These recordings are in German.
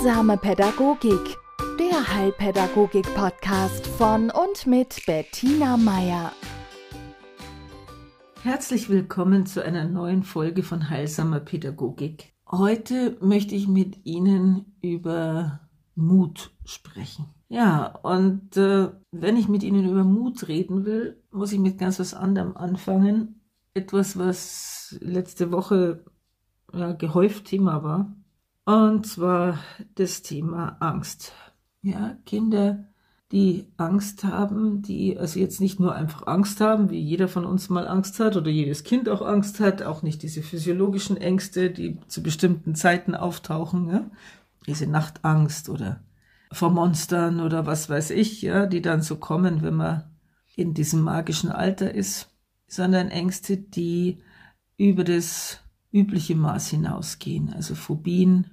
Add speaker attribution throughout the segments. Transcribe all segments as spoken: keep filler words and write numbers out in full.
Speaker 1: Heilsame Pädagogik, der Heilpädagogik-Podcast von und mit Bettina Meier.
Speaker 2: Herzlich willkommen zu einer neuen Folge von Heilsamer Pädagogik. Heute möchte ich mit Ihnen über Mut sprechen. Ja, und äh, wenn ich mit Ihnen über Mut reden will, muss ich mit ganz was anderem anfangen. Etwas, was letzte Woche ja, gehäuft Thema war. Und zwar das Thema Angst. Ja, Kinder, die Angst haben, die also jetzt nicht nur einfach Angst haben, wie jeder von uns mal Angst hat oder jedes Kind auch Angst hat, auch nicht diese physiologischen Ängste, die zu bestimmten Zeiten auftauchen, ja? Diese Nachtangst oder vor Monstern oder was weiß ich, ja, die dann so kommen, wenn man in diesem magischen Alter ist, sondern Ängste, die über das übliche Maß hinausgehen, also Phobien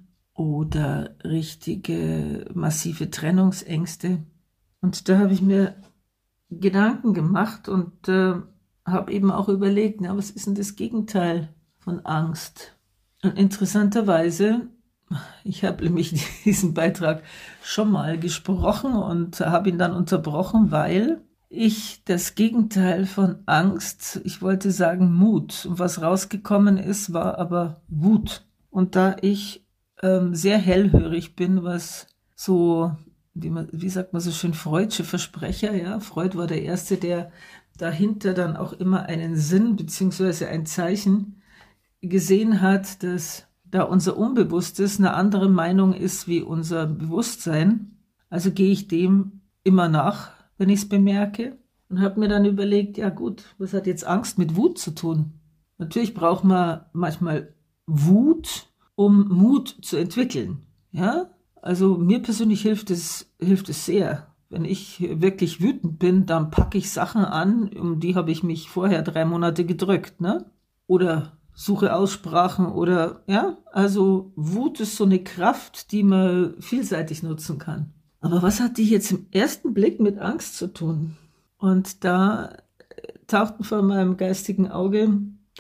Speaker 2: oder richtige massive Trennungsängste. Und da habe ich mir Gedanken gemacht und äh, habe eben auch überlegt, na, was ist denn das Gegenteil von Angst? Und interessanterweise, ich habe nämlich diesen Beitrag schon mal gesprochen und habe ihn dann unterbrochen, weil ich das Gegenteil von Angst, ich wollte sagen Mut, und was rausgekommen ist, war aber Wut. Und da ich ähm, sehr hellhörig bin, was so, wie, man, wie sagt man so schön, Freudsche Versprecher, ja, Freud war der Erste, der dahinter dann auch immer einen Sinn beziehungsweise ein Zeichen gesehen hat, dass da unser Unbewusstes eine andere Meinung ist wie unser Bewusstsein. Also gehe ich dem immer nach, wenn ich es bemerke, und habe mir dann überlegt, ja gut, was hat jetzt Angst mit Wut zu tun? Natürlich braucht man manchmal Wut, um Mut zu entwickeln. Ja, also mir persönlich hilft es, hilft es sehr. Wenn ich wirklich wütend bin, dann packe ich Sachen an, um die habe ich mich vorher drei Monate gedrückt, ne? Oder suche Aussprachen oder, ja, also Wut ist so eine Kraft, die man vielseitig nutzen kann. Aber was hat die jetzt im ersten Blick mit Angst zu tun? Und da tauchten vor meinem geistigen Auge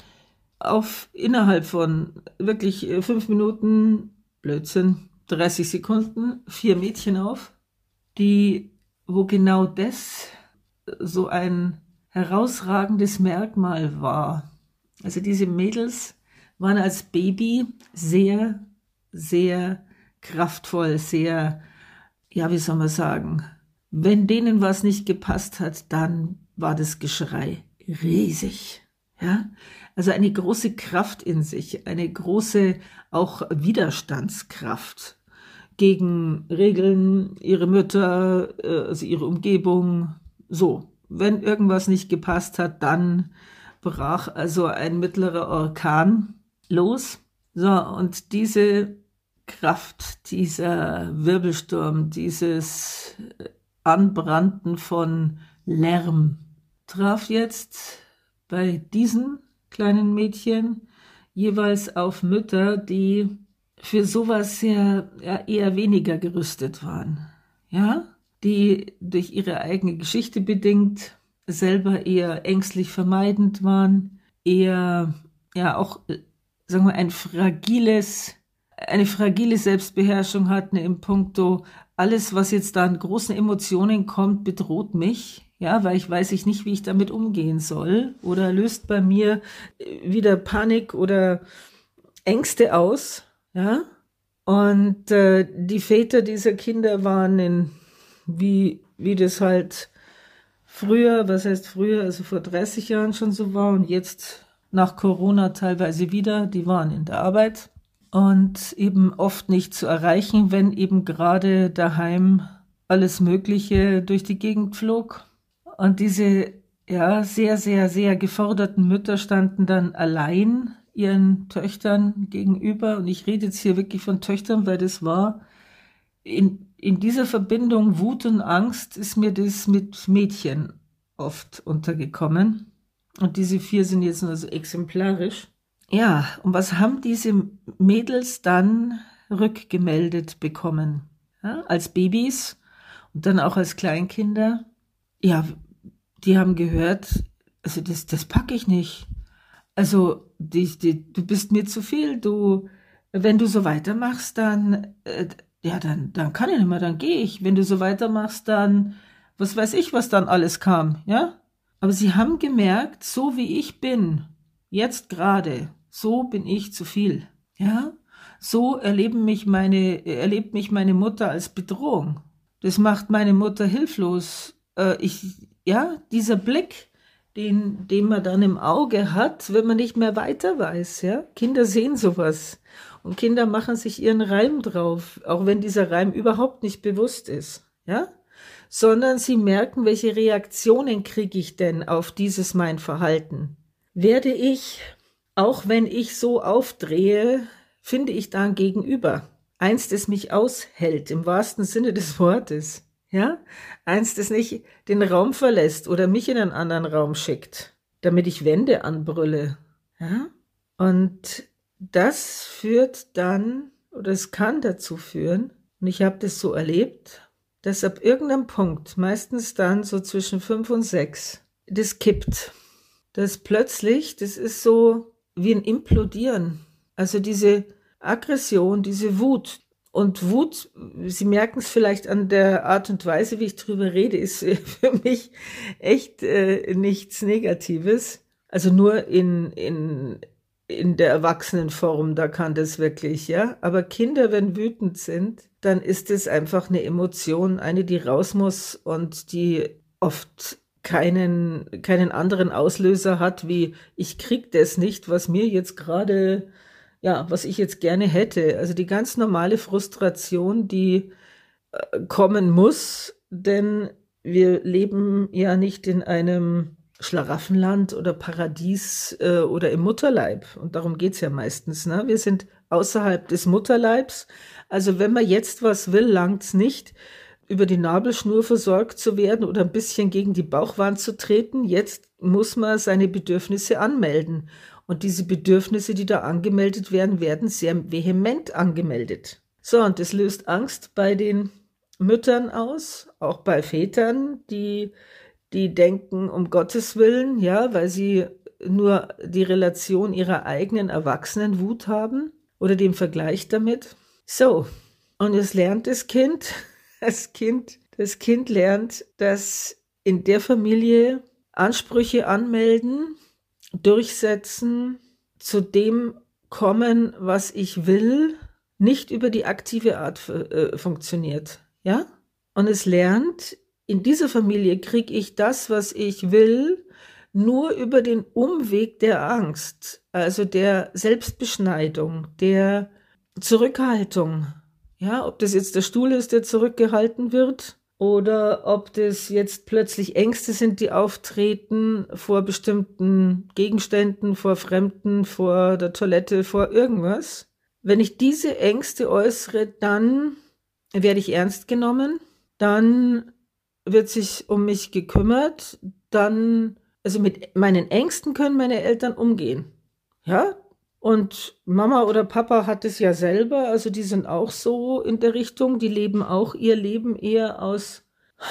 Speaker 2: auf innerhalb von wirklich fünf Minuten, Blödsinn, dreißig Sekunden, vier Mädchen auf, die, wo genau das so ein herausragendes Merkmal war. Also diese Mädels waren als Baby sehr, sehr kraftvoll, sehr, ja, wie soll man sagen, wenn denen was nicht gepasst hat, dann war das Geschrei riesig. Ja, also eine große Kraft in sich, eine große auch Widerstandskraft gegen Regeln, ihre Mütter, also ihre Umgebung. So, wenn irgendwas nicht gepasst hat, dann brach also ein mittlerer Orkan los. So, und diese Kraft, dieser Wirbelsturm, dieses Anbranden von Lärm traf jetzt bei diesen kleinen Mädchen jeweils auf Mütter, die für sowas sehr, ja, eher weniger gerüstet waren. Ja, die durch ihre eigene Geschichte bedingt selber eher ängstlich vermeidend waren, eher, ja, auch, sagen wir, ein fragiles, eine fragile Selbstbeherrschung hatten im Punkto, alles, was jetzt da an großen Emotionen kommt, bedroht mich. Ja, weil ich weiß ich nicht, wie ich damit umgehen soll, oder löst bei mir wieder Panik oder Ängste aus. Ja, und äh, die Väter dieser Kinder waren in, wie, wie das halt früher, was heißt früher, also vor dreißig Jahren schon so war und jetzt nach Corona teilweise wieder, die waren in der Arbeit und eben oft nicht zu erreichen, wenn eben gerade daheim alles Mögliche durch die Gegend flog. Und diese, ja, sehr, sehr, sehr geforderten Mütter standen dann allein ihren Töchtern gegenüber. Und ich rede jetzt hier wirklich von Töchtern, weil das war, in, in dieser Verbindung Wut und Angst ist mir das mit Mädchen oft untergekommen. Und diese vier sind jetzt nur so exemplarisch. Ja, und was haben diese Mädels dann rückgemeldet bekommen? Ja, als Babys und dann auch als Kleinkinder? Ja, die haben gehört, also das, das packe ich nicht. Also die, die, du bist mir zu viel. Du, wenn du so weitermachst, dann, äh, ja, dann, dann kann ich nicht mehr, dann gehe ich. Wenn du so weitermachst, dann, was weiß ich, was dann alles kam, ja? Aber sie haben gemerkt, so wie ich bin, jetzt gerade, so bin ich zu viel, ja? So erleben mich meine, erlebt mich meine Mutter als Bedrohung. Das macht meine Mutter hilflos. Äh, ich, ja, dieser Blick, den, den man dann im Auge hat, wenn man nicht mehr weiter weiß, ja? Kinder sehen sowas. Und Kinder machen sich ihren Reim drauf, auch wenn dieser Reim überhaupt nicht bewusst ist, ja? Sondern sie merken, welche Reaktionen kriege ich denn auf dieses mein Verhalten. Werde ich, auch wenn ich so aufdrehe, finde ich da ein Gegenüber. Eins, das mich aushält, im wahrsten Sinne des Wortes, ja? Eins, das nicht den Raum verlässt oder mich in einen anderen Raum schickt, damit ich Wände anbrülle, ja? Und das führt dann, oder es kann dazu führen, und ich habe das so erlebt, dass ab irgendeinem Punkt, meistens dann so zwischen fünf und sechs, das kippt. Das plötzlich, das ist so wie ein Implodieren. Also diese Aggression, diese Wut. Und Wut, Sie merken es vielleicht an der Art und Weise, wie ich drüber rede, ist für mich echt äh, nichts Negatives. Also nur in, in, in der Erwachsenenform, da kann das wirklich, ja. Aber Kinder, wenn wütend sind, dann ist es einfach eine Emotion, eine, die raus muss und die oft keinen, keinen anderen Auslöser hat, wie ich krieg das nicht, was mir jetzt gerade, ja, was ich jetzt gerne hätte. Also die ganz normale Frustration, die äh, kommen muss, denn wir leben ja nicht in einem Schlaraffenland oder Paradies äh, oder im Mutterleib. Und darum geht's ja meistens, ne? Wir sind außerhalb des Mutterleibs. Also wenn man jetzt was will, langt's nicht, über die Nabelschnur versorgt zu werden oder ein bisschen gegen die Bauchwand zu treten. Jetzt muss man seine Bedürfnisse anmelden. Und diese Bedürfnisse, die da angemeldet werden, werden sehr vehement angemeldet. So, und das löst Angst bei den Müttern aus, auch bei Vätern, die, die denken, um Gottes Willen, ja, weil sie nur die Relation ihrer eigenen Erwachsenenwut haben oder den Vergleich damit. So, und es lernt das Kind, das Kind, das Kind lernt, dass in der Familie Ansprüche anmelden, durchsetzen, zu dem kommen, was ich will, nicht über die aktive Art äh, funktioniert, ja? Und es lernt, in dieser Familie kriege ich das, was ich will, nur über den Umweg der Angst, also der Selbstbeschneidung, der Zurückhaltung. Ja, ob das jetzt der Stuhl ist, der zurückgehalten wird, oder ob das jetzt plötzlich Ängste sind, die auftreten vor bestimmten Gegenständen, vor Fremden, vor der Toilette, vor irgendwas. Wenn ich diese Ängste äußere, dann werde ich ernst genommen, dann wird sich um mich gekümmert, dann, also mit meinen Ängsten können meine Eltern umgehen. Ja? Und Mama oder Papa hat es ja selber, also die sind auch so in der Richtung, die leben auch ihr Leben eher aus,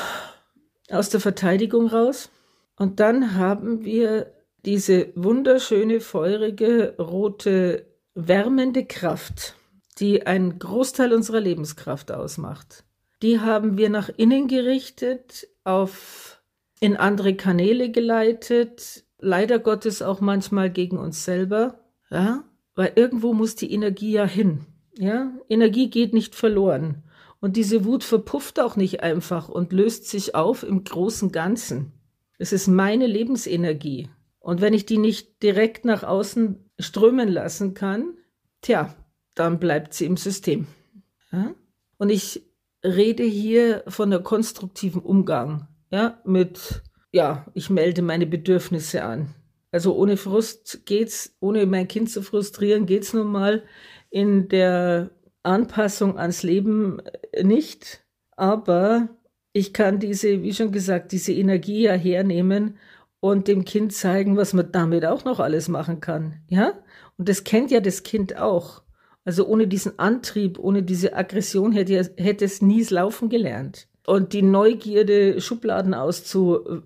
Speaker 2: aus der Verteidigung raus. Und dann haben wir diese wunderschöne, feurige, rote, wärmende Kraft, die einen Großteil unserer Lebenskraft ausmacht. Die haben wir nach innen gerichtet, auf, in andere Kanäle geleitet, leider Gottes auch manchmal gegen uns selber. Ja, weil irgendwo muss die Energie ja hin. Ja, Energie geht nicht verloren. Und diese Wut verpufft auch nicht einfach und löst sich auf im großen Ganzen. Es ist meine Lebensenergie. Und wenn ich die nicht direkt nach außen strömen lassen kann, tja, dann bleibt sie im System. Ja? Und ich rede hier von der konstruktiven Umgang. Ja, mit, ja, ich melde meine Bedürfnisse an. Also ohne Frust geht's, ohne mein Kind zu frustrieren, geht's nun mal in der Anpassung ans Leben nicht. Aber ich kann diese, wie schon gesagt, diese Energie ja hernehmen und dem Kind zeigen, was man damit auch noch alles machen kann. Ja? Und das kennt ja das Kind auch. Also ohne diesen Antrieb, ohne diese Aggression hätte, hätte es nie laufen gelernt. Und die Neugierde, Schubladen auszu,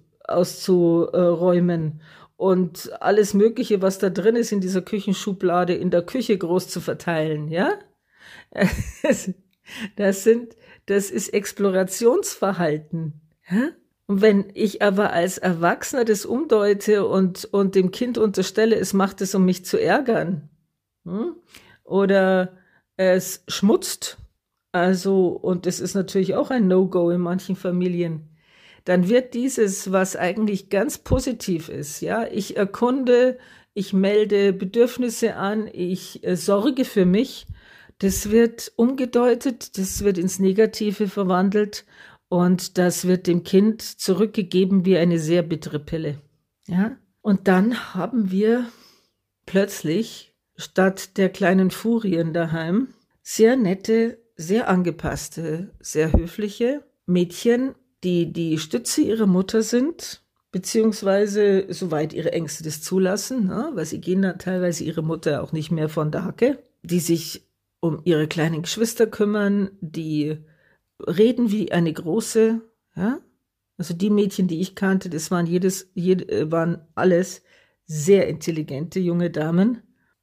Speaker 2: auszuräumen und alles Mögliche, was da drin ist in dieser Küchenschublade, in der Küche groß zu verteilen, ja? Das sind, das ist Explorationsverhalten. Ja? Und wenn ich aber als Erwachsener das umdeute und, und dem Kind unterstelle, es macht es, um mich zu ärgern, hm? Oder es schmutzt, also, und es ist natürlich auch ein No-Go in manchen Familien, dann wird dieses, was eigentlich ganz positiv ist, ja, ich erkunde, ich melde Bedürfnisse an, ich äh, sorge für mich, das wird umgedeutet, das wird ins Negative verwandelt und das wird dem Kind zurückgegeben wie eine sehr bittere Pille. Ja? Und dann haben wir plötzlich statt der kleinen Furien daheim sehr nette, sehr angepasste, sehr höfliche Mädchen, die die Stütze ihrer Mutter sind, beziehungsweise soweit ihre Ängste das zulassen, ne? Weil sie gehen dann teilweise ihre Mutter auch nicht mehr von der Hacke, die sich um ihre kleinen Geschwister kümmern, die reden wie eine große, ja, also die Mädchen, die ich kannte, das waren jedes, jede, waren alles sehr intelligente junge Damen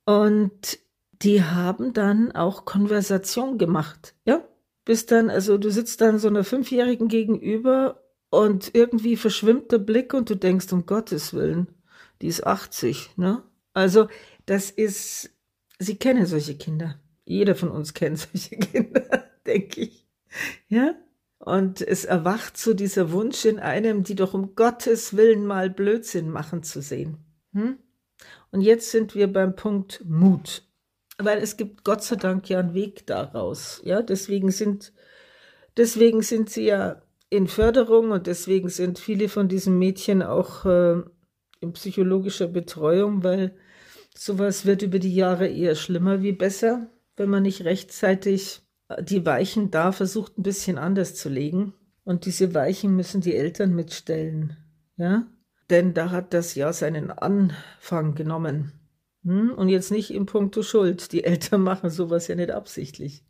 Speaker 2: und die haben dann auch Konversation gemacht, ja, bis dann, also du sitzt dann so einer Fünfjährigen gegenüber und irgendwie verschwimmt der Blick und du denkst, um Gottes Willen, die ist achtzig, ne, also das ist, sie kennen solche Kinder. Jeder von uns kennt solche Kinder, denke ich. Ja? Und es erwacht so dieser Wunsch in einem, die doch um Gottes Willen mal Blödsinn machen zu sehen. Hm? Und jetzt sind wir beim Punkt Mut. Weil es gibt Gott sei Dank ja einen Weg daraus. Ja? Deswegen sind, deswegen sind sie ja in Förderung und deswegen sind viele von diesen Mädchen auch äh, in psychologischer Betreuung, weil sowas wird über die Jahre eher schlimmer wie besser, wenn man nicht rechtzeitig die Weichen da versucht, ein bisschen anders zu legen. Und diese Weichen müssen die Eltern mitstellen. Ja? Denn da hat das ja seinen Anfang genommen. Hm? Und jetzt nicht in puncto Schuld. Die Eltern machen sowas ja nicht absichtlich.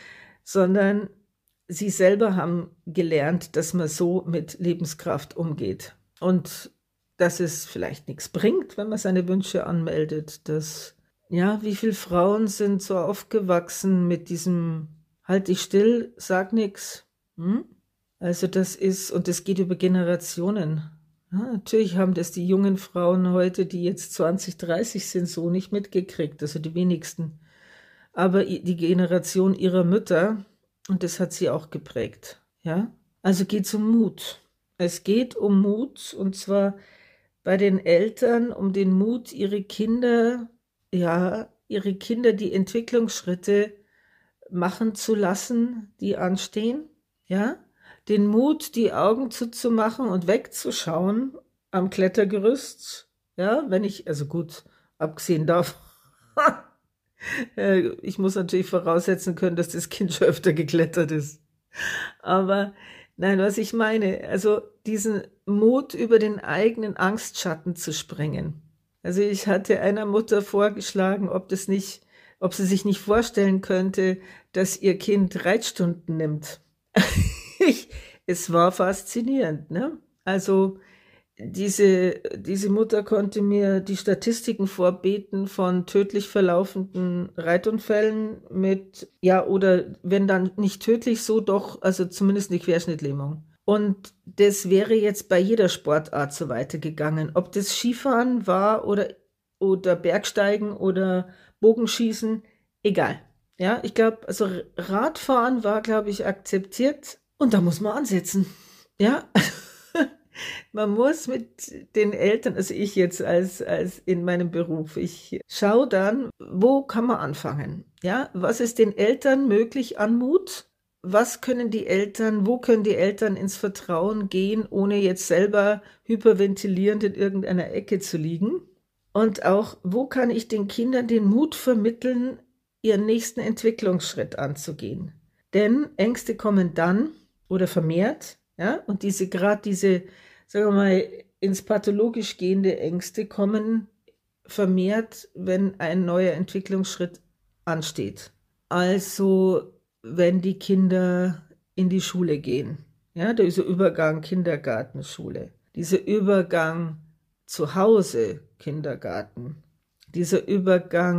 Speaker 2: Sondern sie selber haben gelernt, dass man so mit Lebenskraft umgeht. Und dass es vielleicht nichts bringt, wenn man seine Wünsche anmeldet, dass ja, wie viele Frauen sind so aufgewachsen mit diesem halt dich still, sag nix. Hm? Also das ist, und das geht über Generationen. Ja, natürlich haben das die jungen Frauen heute, die jetzt zwanzig, dreißig sind, so nicht mitgekriegt, also die wenigsten. Aber die Generation ihrer Mütter, und das hat sie auch geprägt. Ja? Also geht es um Mut. Es geht um Mut, und zwar bei den Eltern, um den Mut, ihre Kinder ja, ihre Kinder die Entwicklungsschritte machen zu lassen, die anstehen, ja, den Mut, die Augen zuzumachen und wegzuschauen am Klettergerüst, ja, wenn ich, also gut, abgesehen davon, ich muss natürlich voraussetzen können, dass das Kind schon öfter geklettert ist, aber nein, was ich meine, also diesen Mut, über den eigenen Angstschatten zu springen. Also ich hatte einer Mutter vorgeschlagen, ob das nicht, ob sie sich nicht vorstellen könnte, dass ihr Kind Reitstunden nimmt. ich, es war faszinierend, ne? Also diese, diese Mutter konnte mir die Statistiken vorbeten von tödlich verlaufenden Reitunfällen mit, ja, oder wenn dann nicht tödlich, so doch, also zumindest eine Querschnittlähmung. Und das wäre jetzt bei jeder Sportart so weitergegangen. Ob das Skifahren war oder, oder Bergsteigen oder Bogenschießen, egal. Ja, ich glaube, also Radfahren war, glaube ich, akzeptiert. Und da muss man ansetzen. Ja, man muss mit den Eltern, also ich jetzt als, als in meinem Beruf, ich schaue dann, wo kann man anfangen? Ja, was ist den Eltern möglich an Mut? Was können die Eltern, wo können die Eltern ins Vertrauen gehen, ohne jetzt selber hyperventilierend in irgendeiner Ecke zu liegen? Und auch, wo kann ich den Kindern den Mut vermitteln, ihren nächsten Entwicklungsschritt anzugehen? Denn Ängste kommen dann oder vermehrt, ja, und diese gerade diese, sagen wir mal, ins pathologisch gehende Ängste kommen vermehrt, wenn ein neuer Entwicklungsschritt ansteht. Also wenn die Kinder in die Schule gehen. Ja, dieser Übergang Kindergarten, Schule. Dieser Übergang zu Hause, Kindergarten. Dieser Übergang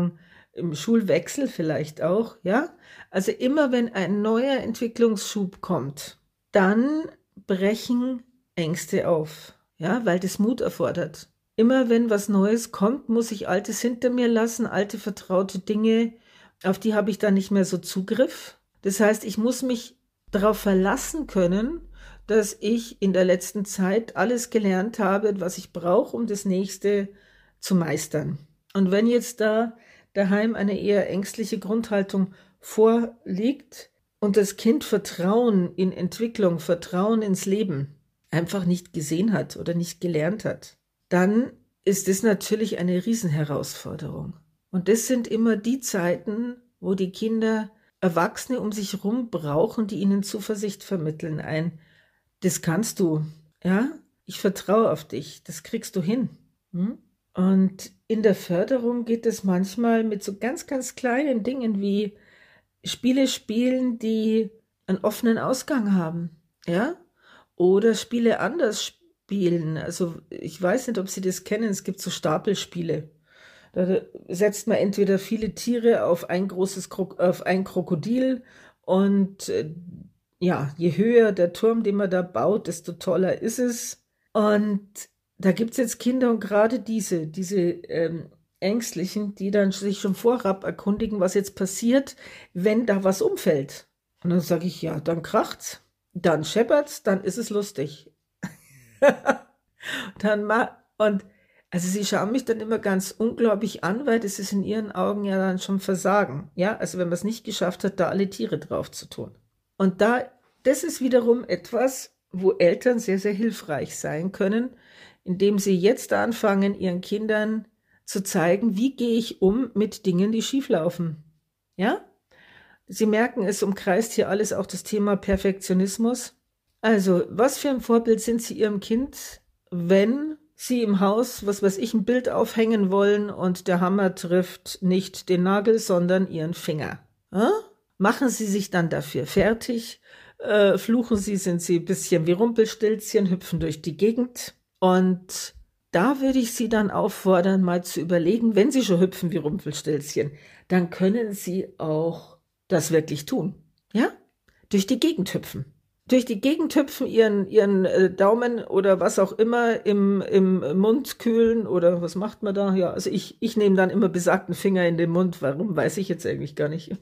Speaker 2: im Schulwechsel vielleicht auch, ja. Also immer wenn ein neuer Entwicklungsschub kommt, dann brechen Ängste auf, ja, weil das Mut erfordert. Immer wenn was Neues kommt, muss ich Altes hinter mir lassen, alte vertraute Dinge, auf die habe ich dann nicht mehr so Zugriff. Das heißt, ich muss mich darauf verlassen können, dass ich in der letzten Zeit alles gelernt habe, was ich brauche, um das Nächste zu meistern. Und wenn jetzt da daheim eine eher ängstliche Grundhaltung vorliegt und das Kind Vertrauen in Entwicklung, Vertrauen ins Leben einfach nicht gesehen hat oder nicht gelernt hat, dann ist das natürlich eine Riesenherausforderung. Und das sind immer die Zeiten, wo die Kinder Erwachsene um sich herum brauchen, die ihnen Zuversicht vermitteln. Ein, das kannst du, ja, ich vertraue auf dich, das kriegst du hin. Hm? Und in der Förderung geht es manchmal mit so ganz, ganz kleinen Dingen wie Spiele spielen, die einen offenen Ausgang haben, ja, oder Spiele anders spielen. Also ich weiß nicht, ob Sie das kennen, es gibt so Stapelspiele. Da setzt man entweder viele Tiere auf ein großes Krok- auf ein Krokodil und äh, ja, je höher der Turm, den man da baut, desto toller ist es. Und da gibt es jetzt Kinder und gerade diese, diese ähm, Ängstlichen, die dann sich schon vorab erkundigen, was jetzt passiert, wenn da was umfällt. Und dann sage ich, ja, dann kracht's, dann scheppert's, dann ist es lustig. dann ma und also sie schauen mich dann immer ganz unglaublich an, weil das ist in ihren Augen ja dann schon Versagen. Ja, also wenn man es nicht geschafft hat, da alle Tiere drauf zu tun. Und da, das ist wiederum etwas, wo Eltern sehr, sehr hilfreich sein können, indem sie jetzt anfangen, ihren Kindern zu zeigen, wie gehe ich um mit Dingen, die schieflaufen. Ja? Sie merken, es umkreist hier alles auch das Thema Perfektionismus. Also, was für ein Vorbild sind Sie Ihrem Kind, wenn Sie im Haus, was weiß ich, ein Bild aufhängen wollen und der Hammer trifft nicht den Nagel, sondern Ihren Finger? Hm? Machen Sie sich dann dafür fertig, äh, fluchen Sie, sind Sie ein bisschen wie Rumpelstilzchen, hüpfen durch die Gegend. Und da würde ich Sie dann auffordern, mal zu überlegen, wenn Sie schon hüpfen wie Rumpelstilzchen, dann können Sie auch das wirklich tun. Ja? Durch die Gegend hüpfen. Durch die Gegend hüpfen, ihren, ihren äh, Daumen oder was auch immer im, im Mund kühlen oder was macht man da? Ja, also ich, ich nehme dann immer besagten Finger in den Mund. Warum, weiß ich jetzt eigentlich gar nicht.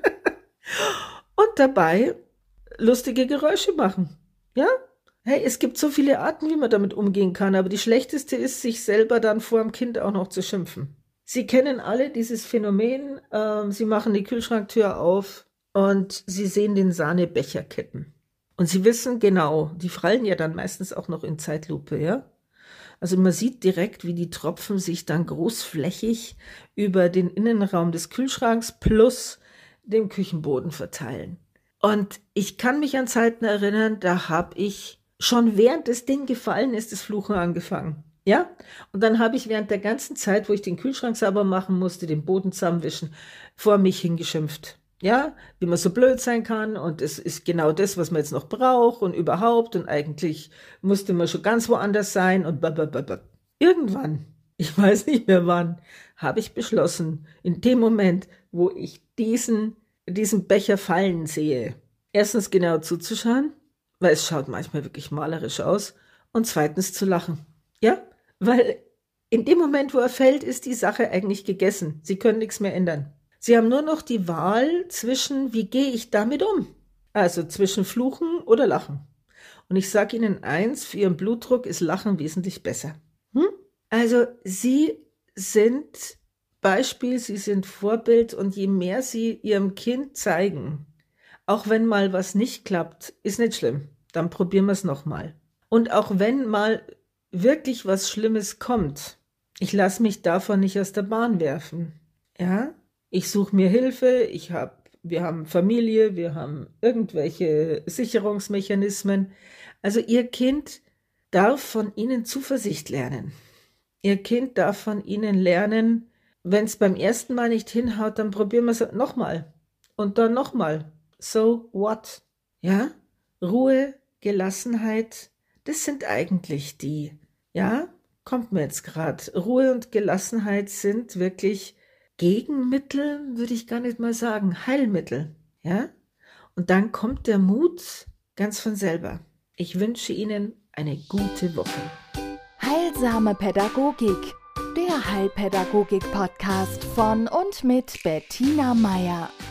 Speaker 2: Und dabei lustige Geräusche machen. Ja? Hey, es gibt so viele Arten, wie man damit umgehen kann, aber die schlechteste ist, sich selber dann vor dem Kind auch noch zu schimpfen. Sie kennen alle dieses Phänomen, ähm, Sie machen die Kühlschranktür auf und Sie sehen den Sahnebecher kippen. Und Sie wissen genau, die fallen ja dann meistens auch noch in Zeitlupe, ja? Also man sieht direkt, wie die Tropfen sich dann großflächig über den Innenraum des Kühlschranks plus dem Küchenboden verteilen. Und ich kann mich an Zeiten erinnern, da habe ich schon während das Ding gefallen ist, das Fluchen angefangen. Ja? Und dann habe ich während der ganzen Zeit, wo ich den Kühlschrank sauber machen musste, den Boden zusammenwischen, vor mich hingeschimpft. Ja, wie man so blöd sein kann und es ist genau das, was man jetzt noch braucht und überhaupt und eigentlich musste man schon ganz woanders sein und blablabla. Irgendwann, ich weiß nicht mehr wann, habe ich beschlossen, in dem Moment, wo ich diesen, diesen Becher fallen sehe, erstens genau zuzuschauen, weil es schaut manchmal wirklich malerisch aus und zweitens zu lachen. Ja, weil in dem Moment, wo er fällt, ist die Sache eigentlich gegessen. Sie können nichts mehr ändern. Sie haben nur noch die Wahl zwischen, wie gehe ich damit um? Also zwischen Fluchen oder Lachen. Und ich sage Ihnen eins, für Ihren Blutdruck ist Lachen wesentlich besser. Hm? Also Sie sind Beispiel, Sie sind Vorbild und je mehr Sie Ihrem Kind zeigen, auch wenn mal was nicht klappt, ist nicht schlimm, dann probieren wir es nochmal. Und auch wenn mal wirklich was Schlimmes kommt, ich lasse mich davon nicht aus der Bahn werfen. Ja? Ich suche mir Hilfe, ich hab, wir haben Familie, wir haben irgendwelche Sicherungsmechanismen. Also Ihr Kind darf von Ihnen Zuversicht lernen. Ihr Kind darf von Ihnen lernen, wenn es beim ersten Mal nicht hinhaut, dann probieren wir es nochmal und dann nochmal. So what? Ja? Ruhe, Gelassenheit, das sind eigentlich die, ja, kommt mir jetzt gerade. Ruhe und Gelassenheit sind wirklich Gegenmittel würde ich gar nicht mal sagen, Heilmittel, ja? Und dann kommt der Mut ganz von selber. Ich wünsche Ihnen eine gute Woche.
Speaker 1: Heilsame Pädagogik, der Heilpädagogik-Podcast von und mit Bettina Meier.